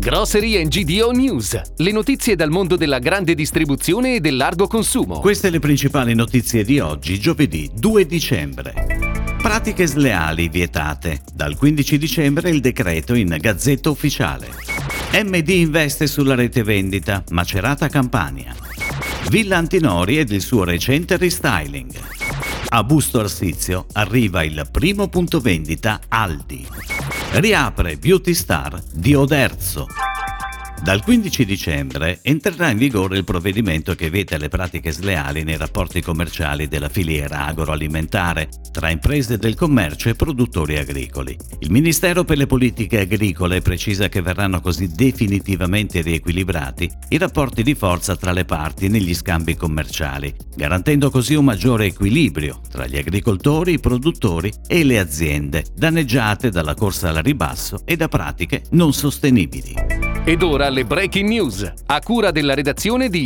Grocery GDO News, le notizie dal mondo della grande distribuzione e del largo consumo. Queste le principali notizie di oggi, giovedì 2 dicembre. Pratiche sleali vietate. Dal 15 dicembre il decreto in Gazzetta Ufficiale. MD investe sulla rete vendita, Macerata Campania. Villa Antinori ed il suo recente restyling. A Busto Arsizio arriva il primo punto vendita Aldi. Riapre Beauty Star di Oderzo. Dal 15 dicembre entrerà in vigore il provvedimento che vieta le pratiche sleali nei rapporti commerciali della filiera agroalimentare tra imprese del commercio e produttori agricoli. Il Ministero per le Politiche Agricole precisa che verranno così definitivamente riequilibrati i rapporti di forza tra le parti negli scambi commerciali, garantendo così un maggiore equilibrio tra gli agricoltori, i produttori e le aziende, danneggiate dalla corsa al ribasso e da pratiche non sostenibili. Ed ora le breaking news, a cura della redazione di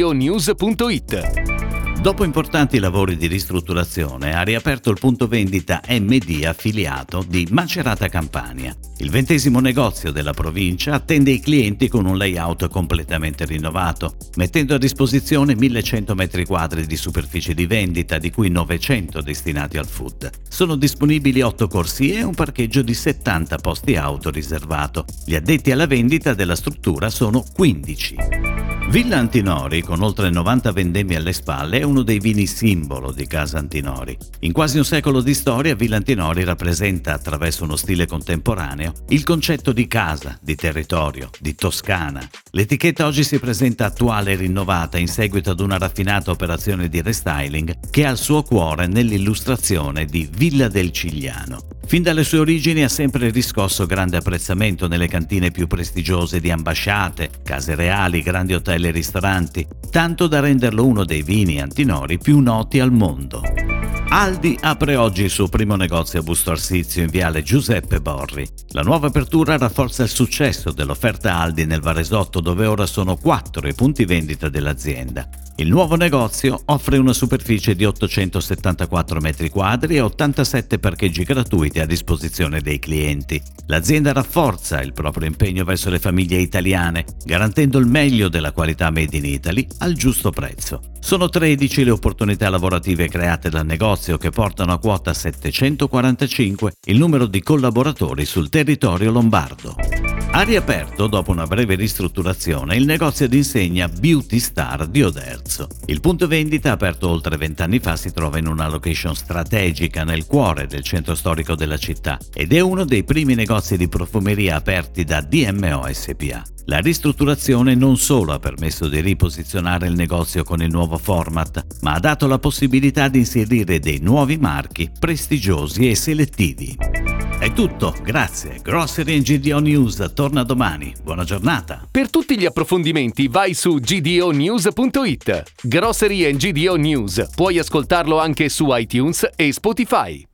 gdonews.it. Dopo importanti lavori di ristrutturazione, ha riaperto il punto vendita MD affiliato di Macerata Campania. Il 20° negozio della provincia attende i clienti con un layout completamente rinnovato, mettendo a disposizione 1100 metri quadri di superficie di vendita, di cui 900 destinati al food. Sono disponibili 8 corsie e un parcheggio di 70 posti auto riservato. Gli addetti alla vendita della struttura sono 15. Villa Antinori, con oltre 90 vendemmie alle spalle, è uno dei vini simbolo di Casa Antinori. In quasi un secolo di storia, Villa Antinori rappresenta, attraverso uno stile contemporaneo, il concetto di casa, di territorio, di Toscana. L'etichetta oggi si presenta attuale e rinnovata in seguito ad una raffinata operazione di restyling che ha il suo cuore nell'illustrazione di Villa del Cigliano. Fin dalle sue origini ha sempre riscosso grande apprezzamento nelle cantine più prestigiose di ambasciate, case reali, grandi hotel e ristoranti, tanto da renderlo uno dei vini Antinori più noti al mondo. Aldi apre oggi il suo primo negozio a Busto Arsizio in viale Giuseppe Borri. La nuova apertura rafforza il successo dell'offerta Aldi nel Varesotto, dove ora sono 4 i punti vendita dell'azienda. Il nuovo negozio offre una superficie di 874 metri quadri e 87 parcheggi gratuiti a disposizione dei clienti. L'azienda rafforza il proprio impegno verso le famiglie italiane, garantendo il meglio della qualità made in Italy al giusto prezzo. Sono 13 le opportunità lavorative create dal negozio, che portano a quota 745 il numero di collaboratori sul territorio lombardo. Ha riaperto, dopo una breve ristrutturazione, il negozio d'insegna Beauty Star di Oderzo. Il punto vendita, aperto oltre 20 anni fa, si trova in una location strategica nel cuore del centro storico della città ed è uno dei primi negozi di profumeria aperti da DMO SpA. La ristrutturazione non solo ha permesso di riposizionare il negozio con il nuovo format, ma ha dato la possibilità di inserire dei nuovi marchi prestigiosi e selettivi. È tutto, grazie. Grocery GDO News torna domani. Buona giornata. Per tutti gli approfondimenti vai su gdonews.it. Grocery GDO News, puoi ascoltarlo anche su iTunes e Spotify.